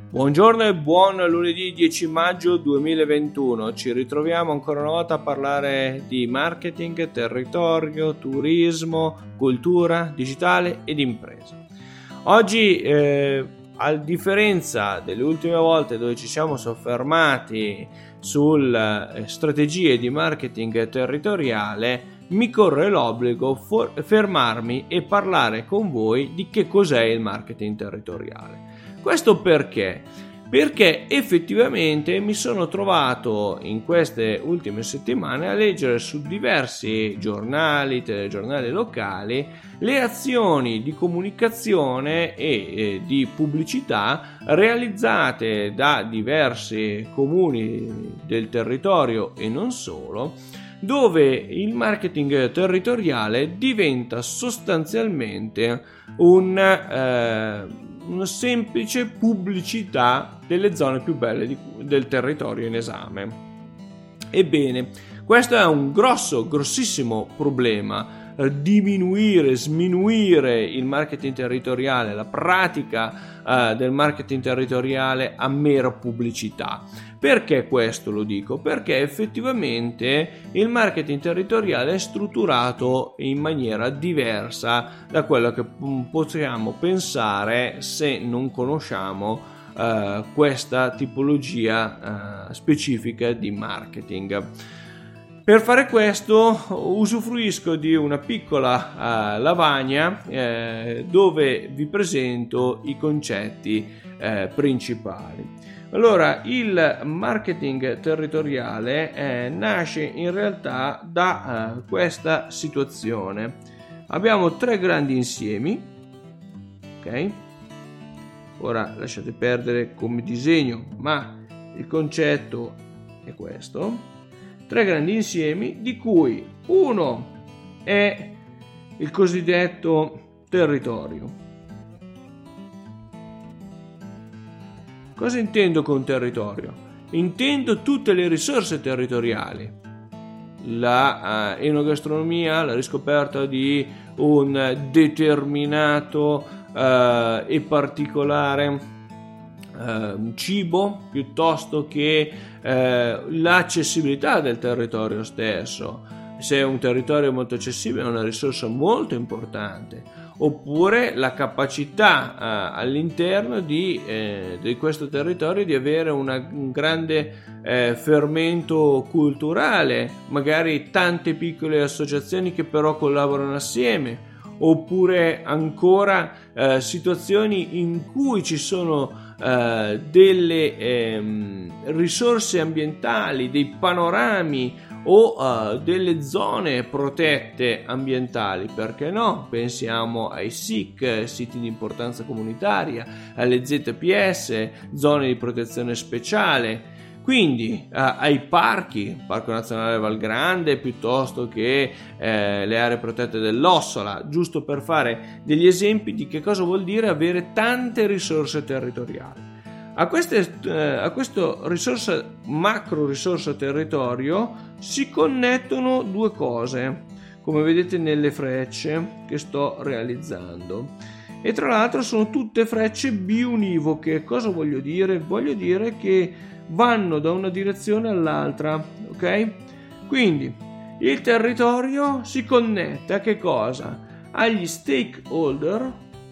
Buongiorno e buon lunedì 10 maggio 2021. Ci ritroviamo ancora una volta a parlare di marketing, territorio, turismo, cultura, digitale ed impresa. Oggi, a differenza delle ultime volte dove ci siamo soffermati sulle strategie di marketing territoriale, mi corre l'obbligo fermarmi e parlare con voi di che cos'è il marketing territoriale. Questo perché? Perché effettivamente mi sono trovato in queste ultime settimane a leggere su diversi giornali, telegiornali locali, le azioni di comunicazione e di pubblicità realizzate da diversi comuni del territorio e non solo, dove il marketing territoriale diventa sostanzialmente una semplice pubblicità delle zone più belle del territorio in esame. Ebbene, questo è un grossissimo problema. Sminuire il marketing territoriale, la pratica del marketing territoriale a mera pubblicità. Perché questo lo dico? Perché effettivamente il marketing territoriale è strutturato in maniera diversa da quello che possiamo pensare se non conosciamo questa tipologia specifica di marketing. Per fare questo usufruisco di una piccola lavagna dove vi presento i concetti principali. Allora, il marketing territoriale nasce in realtà da questa situazione. Abbiamo tre grandi insiemi, ok? Ora lasciate perdere come disegno, ma il concetto è questo. Tre grandi insiemi, di cui uno è il cosiddetto territorio. Cosa intendo con territorio? Intendo tutte le risorse territoriali, la enogastronomia, la riscoperta di un determinato e particolare cibo, piuttosto che l'accessibilità del territorio stesso. Se è un territorio molto accessibile è una risorsa molto importante, oppure la capacità all'interno di questo territorio di avere un grande fermento culturale, magari tante piccole associazioni che però collaborano assieme, oppure ancora situazioni in cui ci sono delle risorse ambientali, dei panorami o delle zone protette ambientali, perché no? Pensiamo ai SIC, siti di importanza comunitaria, alle ZPS, zone di protezione speciale. Quindi ai parchi, Parco Nazionale Val Grande, piuttosto che le aree protette dell'Ossola, giusto per fare degli esempi di che cosa vuol dire avere tante risorse territoriali. A questo macro risorsa territorio si connettono due cose, come vedete nelle frecce che sto realizzando. E tra l'altro sono tutte frecce biunivoche. Cosa voglio dire? Voglio dire che vanno da una direzione all'altra, ok? Quindi il territorio si connette a che cosa? Agli stakeholder,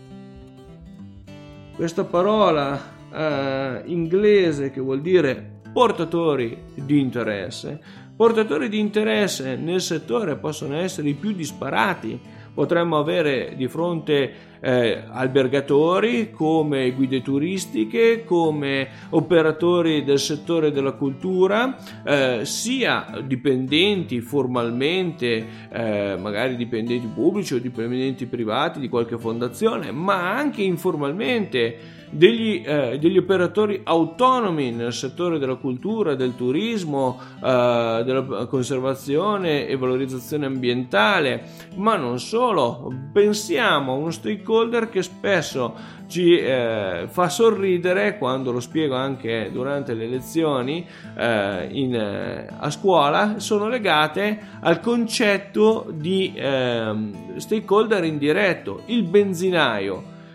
questa parola inglese che vuol dire portatori di interesse. Portatori di interesse nel settore possono essere i più disparati. Potremmo avere di fronte albergatori, come guide turistiche, come operatori del settore della cultura, sia dipendenti formalmente, magari dipendenti pubblici o dipendenti privati di qualche fondazione, ma anche informalmente degli operatori autonomi nel settore della cultura, del turismo, della conservazione e valorizzazione ambientale, ma non solo. Pensiamo a uno stakeholder che spesso ci fa sorridere quando lo spiego anche durante le lezioni a scuola. Sono legate al concetto di stakeholder indiretto, il benzinaio.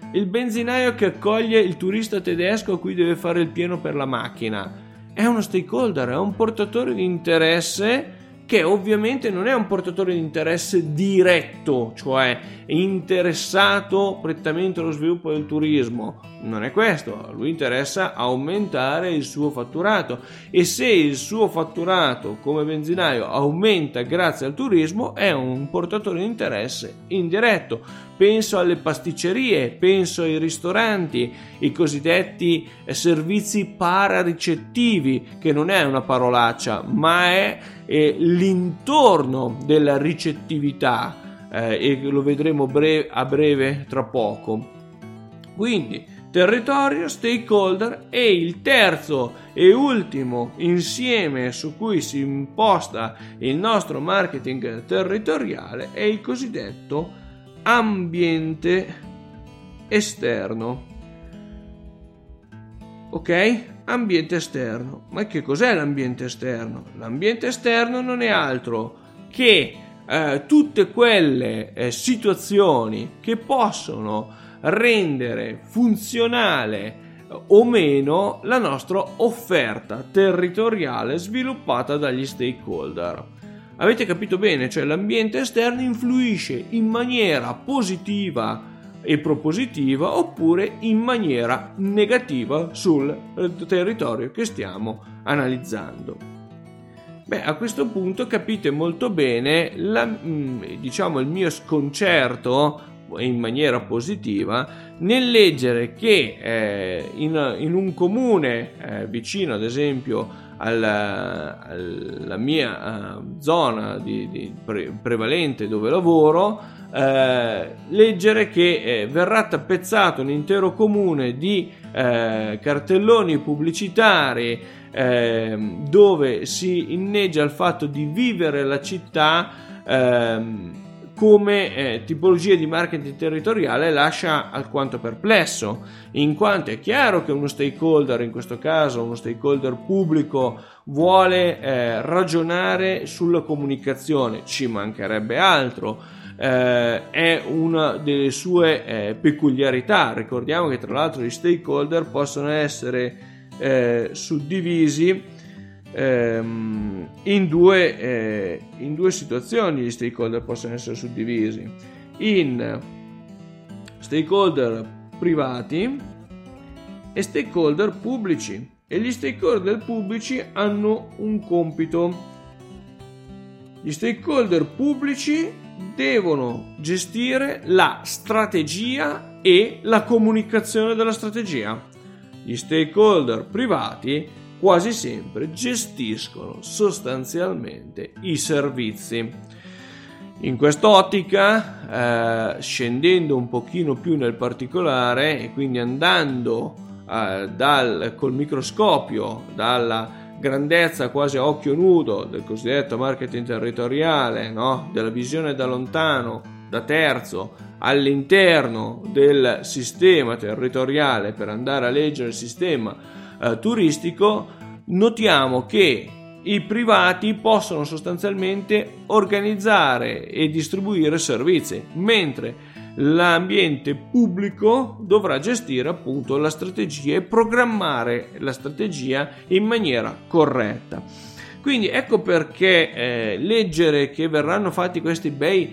il benzinaio che accoglie il turista tedesco a cui deve fare il pieno per la macchina. È uno stakeholder, è un portatore di interesse che ovviamente non è un portatore di interesse diretto, cioè interessato prettamente allo sviluppo del turismo. Non è questo, a lui interessa aumentare il suo fatturato, e se il suo fatturato come benzinaio aumenta grazie al turismo è un portatore di interesse indiretto. Penso alle pasticcerie, penso ai ristoranti, i cosiddetti servizi pararicettivi, che non è una parolaccia, ma è l'intorno della ricettività, e lo vedremo a breve tra poco. Quindi territorio, stakeholder, e il terzo e ultimo insieme su cui si imposta il nostro marketing territoriale è il cosiddetto ambiente esterno. Ok? Ambiente esterno. Ma che cos'è l'ambiente esterno? L'ambiente esterno non è altro che tutte quelle situazioni che possono rendere funzionale o meno la nostra offerta territoriale sviluppata dagli stakeholder. Avete capito bene? Cioè l'ambiente esterno influisce in maniera positiva e propositiva oppure in maniera negativa sul territorio che stiamo analizzando. Beh, a questo punto capite molto bene il mio sconcerto in maniera positiva nel leggere che in un comune vicino ad esempio alla mia zona prevalente dove lavoro, leggere che verrà tappezzato un intero comune di cartelloni pubblicitari dove si inneggia il fatto di vivere la città come tipologia di marketing territoriale lascia alquanto perplesso, in quanto è chiaro che uno stakeholder, in questo caso uno stakeholder pubblico, vuole ragionare sulla comunicazione, ci mancherebbe altro, è una delle sue peculiarità. Ricordiamo che tra l'altro gli stakeholder possono essere suddivisi in due situazioni. Gli stakeholder possono essere suddivisi in stakeholder privati e stakeholder pubblici, e gli stakeholder pubblici hanno un compito. Gli stakeholder pubblici devono gestire la strategia e la comunicazione della strategia. Gli stakeholder privati quasi sempre gestiscono sostanzialmente i servizi. In quest'ottica, scendendo un pochino più nel particolare e quindi andando col microscopio dalla grandezza quasi a occhio nudo del cosiddetto marketing territoriale, no? Della visione da lontano, da terzo, all'interno del sistema territoriale per andare a leggere il sistema turistico, notiamo che i privati possono sostanzialmente organizzare e distribuire servizi, mentre l'ambiente pubblico dovrà gestire appunto la strategia e programmare la strategia in maniera corretta. Quindi ecco perché leggere che verranno fatti questi bei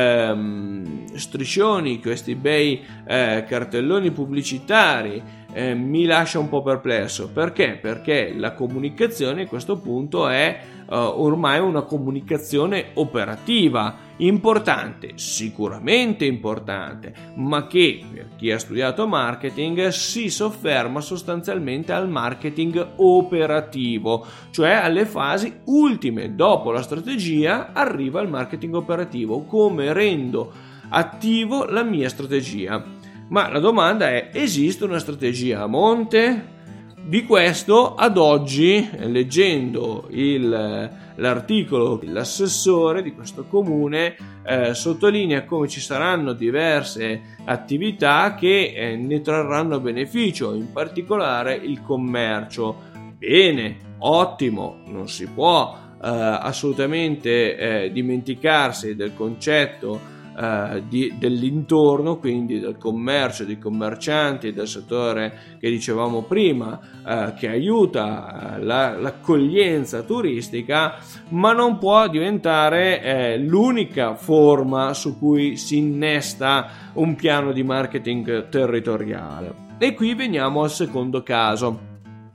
striscioni, questi bei cartelloni pubblicitari mi lascia un po' perplesso. Perché? Perché la comunicazione a questo punto è ormai una comunicazione operativa, importante, sicuramente importante, ma che per chi ha studiato marketing si sofferma sostanzialmente al marketing operativo, cioè alle fasi ultime. Dopo la strategia arriva il marketing operativo: come rendo attivo la mia strategia. Ma la domanda è: esiste una strategia a monte? Di questo ad oggi, leggendo l'articolo, l'assessore di questo comune sottolinea come ci saranno diverse attività che ne trarranno beneficio, in particolare il commercio. Bene, ottimo, non si può assolutamente dimenticarsi del concetto dell'intorno, quindi del commercio, dei commercianti, del settore che dicevamo prima, che aiuta l'accoglienza turistica, ma non può diventare l'unica forma su cui si innesta un piano di marketing territoriale. E qui veniamo al secondo caso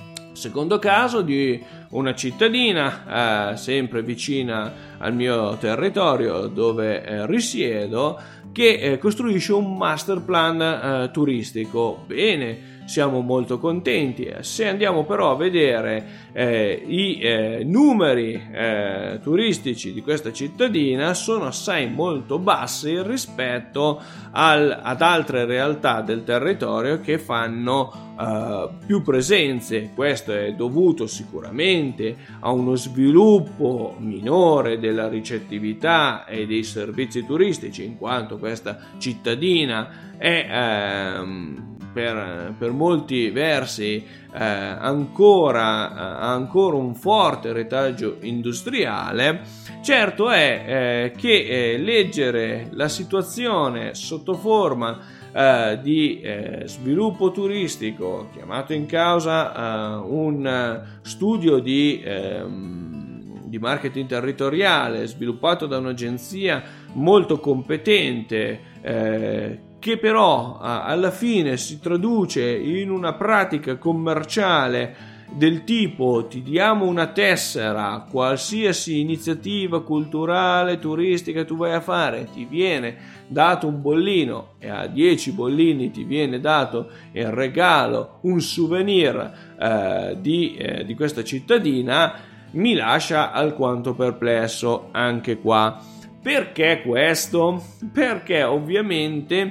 di una cittadina sempre vicina al mio territorio dove risiedo, che costruisce un master plan turistico. Bene, siamo molto contenti. Se andiamo però a vedere i numeri turistici di questa cittadina, sono assai molto bassi rispetto ad altre realtà del territorio che fanno più presenze. Questo è dovuto sicuramente a uno sviluppo minore della ricettività e dei servizi turistici, in quanto questa cittadina è per molti versi ha ancora un forte retaggio industriale. Certo è che leggere la situazione sotto forma di sviluppo turistico, chiamato in causa un studio di marketing territoriale sviluppato da un'agenzia molto competente, che però alla fine si traduce in una pratica commerciale del tipo: ti diamo una tessera, qualsiasi iniziativa culturale, turistica tu vai a fare, ti viene dato un bollino, e a 10 bollini ti viene dato in regalo un souvenir di questa cittadina, mi lascia alquanto perplesso anche qua. Perché questo? Perché ovviamente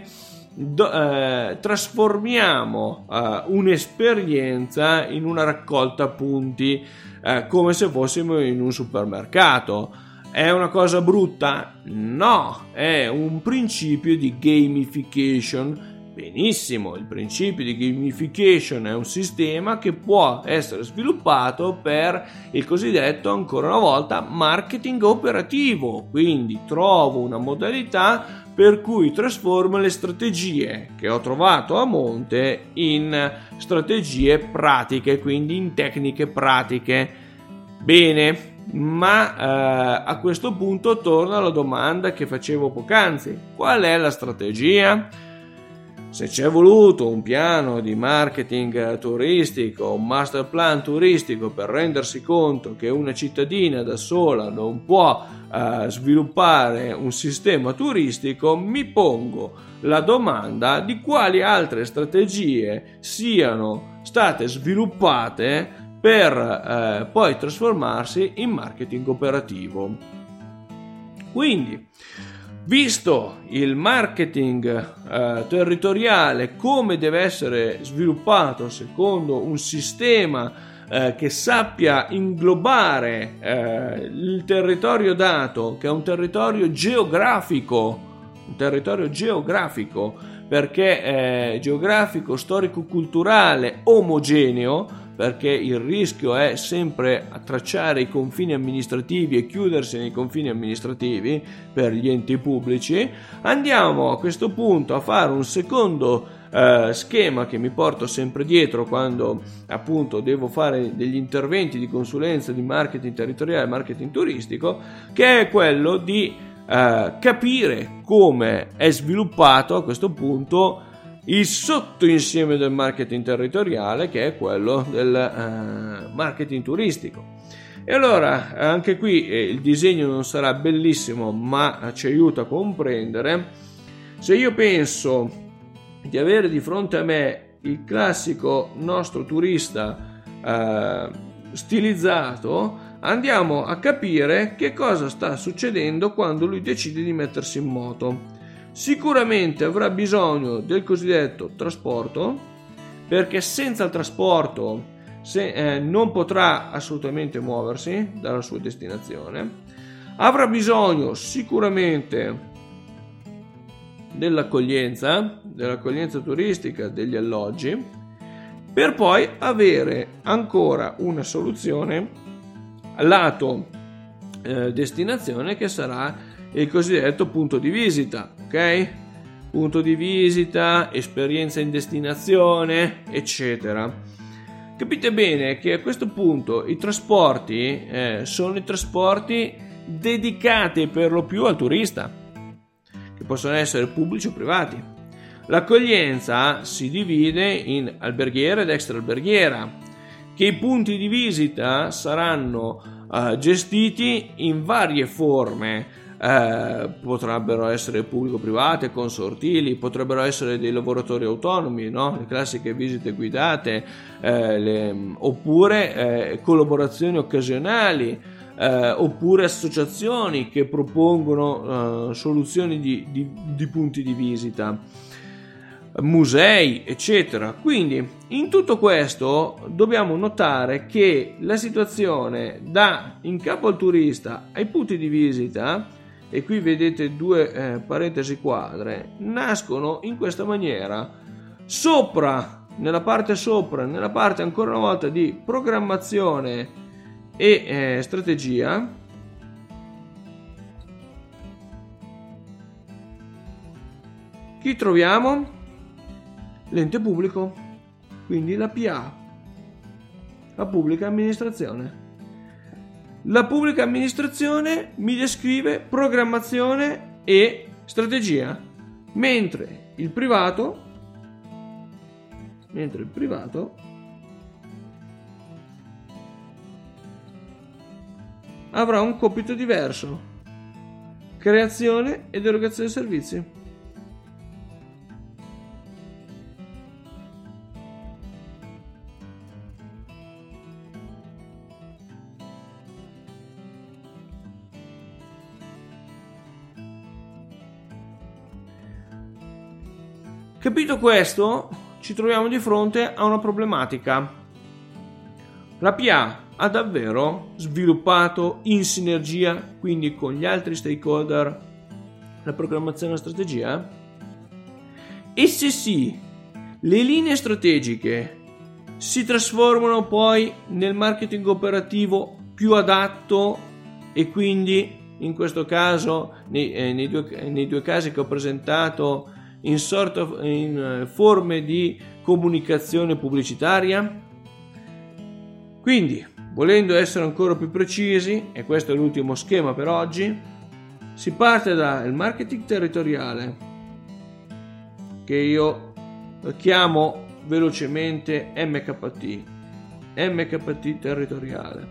trasformiamo un'esperienza in una raccolta punti, come se fossimo in un supermercato. È una cosa brutta? No, è un principio di gamification. Benissimo, il principio di gamification è un sistema che può essere sviluppato per il cosiddetto, ancora una volta, marketing operativo. Quindi trovo una modalità per cui trasformo le strategie che ho trovato a monte in strategie pratiche, quindi in tecniche pratiche. Bene, ma a questo punto torna la domanda che facevo poc'anzi: qual è la strategia? Se c'è voluto un piano di marketing turistico, un master plan turistico per rendersi conto che una cittadina da sola non può sviluppare un sistema turistico, mi pongo la domanda di quali altre strategie siano state sviluppate per poi trasformarsi in marketing operativo. Quindi, visto il marketing territoriale come deve essere sviluppato secondo un sistema che sappia inglobare il territorio dato, che è un territorio geografico, perché geografico, storico-culturale, omogeneo, perché il rischio è sempre tracciare i confini amministrativi e chiudersi nei confini amministrativi per gli enti pubblici. Andiamo a questo punto a fare un secondo schema che mi porto sempre dietro quando appunto devo fare degli interventi di consulenza di marketing territoriale, marketing turistico, che è quello di capire come è sviluppato a questo punto il sottoinsieme del marketing territoriale, che è quello del marketing turistico. E allora anche qui il disegno non sarà bellissimo, ma ci aiuta a comprendere. Se io penso di avere di fronte a me il classico nostro turista stilizzato, andiamo a capire che cosa sta succedendo quando lui decide di mettersi in moto. Sicuramente avrà bisogno del cosiddetto trasporto, perché senza il trasporto non potrà assolutamente muoversi dalla sua destinazione. Avrà bisogno sicuramente dell'accoglienza turistica, degli alloggi, per poi avere ancora una soluzione lato destinazione, che sarà il cosiddetto punto di visita. ok? Punto di visita, esperienza in destinazione, eccetera. Capite bene che a questo punto i trasporti sono i trasporti dedicati per lo più al turista, che possono essere pubblici o privati. L'accoglienza si divide in alberghiera ed extraalberghiera, che i punti di visita saranno gestiti in varie forme. Potrebbero essere pubblico-private, consortili, potrebbero essere dei lavoratori autonomi, no? Le classiche visite guidate, oppure collaborazioni occasionali, oppure associazioni che propongono soluzioni di punti di visita, musei, eccetera. Quindi in tutto questo dobbiamo notare che la situazione dà in capo al turista ai punti di visita, e qui vedete due parentesi quadre, nascono in questa maniera: nella parte ancora una volta di programmazione e strategia, chi troviamo? L'ente pubblico, quindi la PA, la pubblica amministrazione. La pubblica amministrazione mi descrive programmazione e strategia, mentre il privato avrà un compito diverso: creazione ed erogazione dei servizi. Capito questo, ci troviamo di fronte a una problematica. La PA ha davvero sviluppato in sinergia, quindi con gli altri stakeholder, la programmazione e la strategia? E se sì, le linee strategiche si trasformano poi nel marketing operativo più adatto, e quindi in questo caso nei due casi che ho presentato in forme di comunicazione pubblicitaria? Quindi, volendo essere ancora più precisi, e questo è l'ultimo schema per oggi, si parte dal marketing territoriale, che io chiamo velocemente MKT territoriale,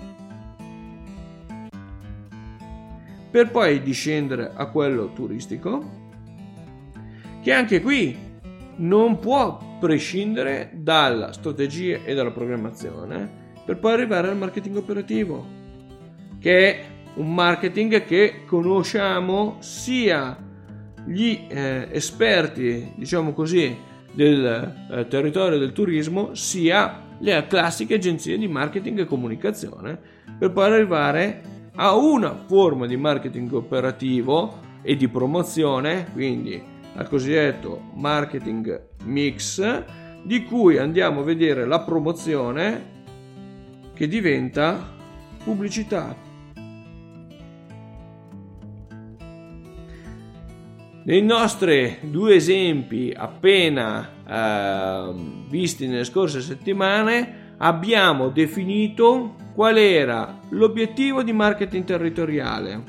per poi discendere a quello turistico, che anche qui non può prescindere dalla strategia e dalla programmazione, per poi arrivare al marketing operativo, che è un marketing che conosciamo sia gli esperti, diciamo così, del territorio del turismo, sia le classiche agenzie di marketing e comunicazione, per poi arrivare a una forma di marketing operativo e di promozione, quindi al cosiddetto marketing mix, di cui andiamo a vedere la promozione, che diventa pubblicità. Nei nostri due esempi appena visti nelle scorse settimane abbiamo definito qual era l'obiettivo di marketing territoriale.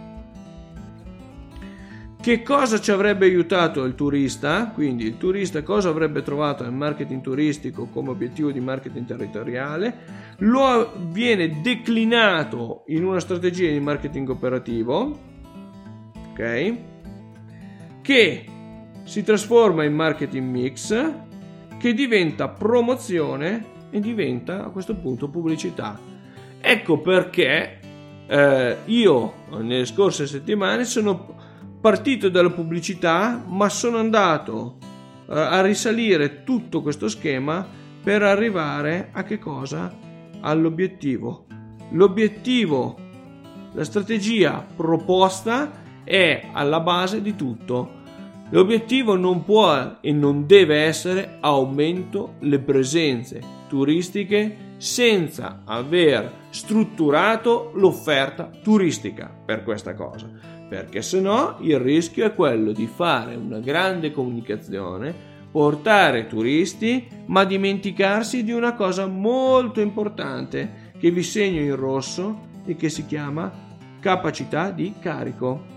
Che cosa ci avrebbe aiutato il turista? Quindi il turista cosa avrebbe trovato nel marketing turistico come obiettivo di marketing territoriale? Lo viene declinato in una strategia di marketing operativo, ok? Che si trasforma in marketing mix, che diventa promozione e diventa a questo punto pubblicità. Ecco perché io nelle scorse settimane sono partito dalla pubblicità, ma sono andato a risalire tutto questo schema per arrivare a che cosa? All'obiettivo. L'obiettivo, la strategia proposta è alla base di tutto. L'obiettivo non può e non deve essere aumento le presenze turistiche senza aver strutturato l'offerta turistica per questa cosa. perché se no il rischio è quello di fare una grande comunicazione, portare turisti, ma dimenticarsi di una cosa molto importante che vi segno in rosso e che si chiama capacità di carico.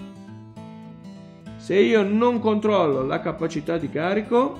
Se io non controllo la capacità di carico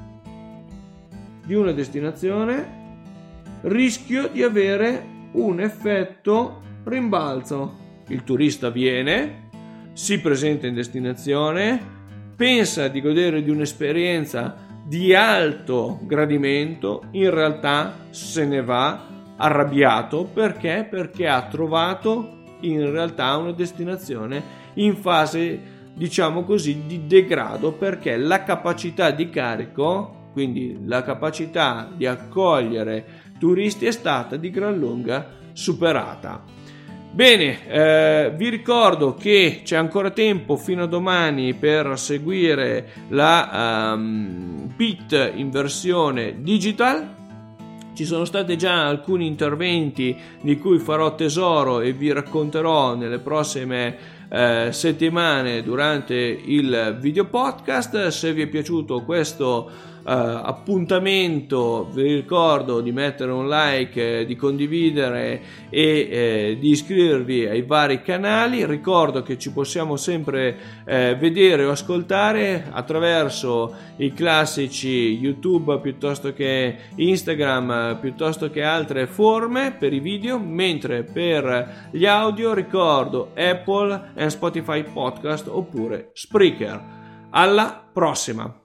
di una destinazione, rischio di avere un effetto rimbalzo. Il turista viene, si presenta in destinazione, pensa di godere di un'esperienza di alto gradimento, in realtà se ne va arrabbiato. Perché? Perché ha trovato in realtà una destinazione in fase, diciamo così, di degrado, perché la capacità di carico, quindi la capacità di accogliere turisti, è stata di gran lunga superata. Bene, vi ricordo che c'è ancora tempo fino a domani per seguire la PIT in versione digital. Ci sono stati già alcuni interventi di cui farò tesoro e vi racconterò nelle prossime settimane durante il video podcast. Se vi è piaciuto questo appuntamento, vi ricordo di mettere un like, di condividere e di iscrivervi ai vari canali. Ricordo che ci possiamo sempre vedere o ascoltare attraverso i classici YouTube piuttosto che Instagram, piuttosto che altre forme per i video, mentre per gli audio ricordo Apple e Spotify Podcast oppure Spreaker. Alla prossima!